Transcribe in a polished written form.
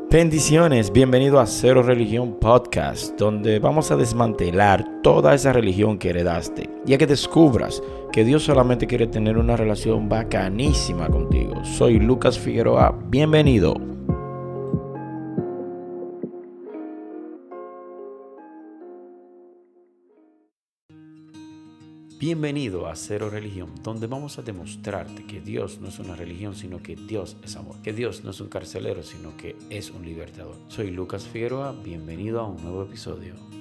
Bendiciones, bienvenido a Cero Religión Podcast, donde vamos a desmantelar toda esa religión que heredaste, ya que descubras que Dios solamente quiere tener una relación bacanísima contigo. Soy Lucas Figueroa, bienvenido. Bienvenido a Cero Religión, donde vamos a demostrarte que Dios no es una religión, sino que Dios es amor. Que Dios no es un carcelero, sino que es un libertador. Soy Lucas Figueroa, bienvenido a un nuevo episodio.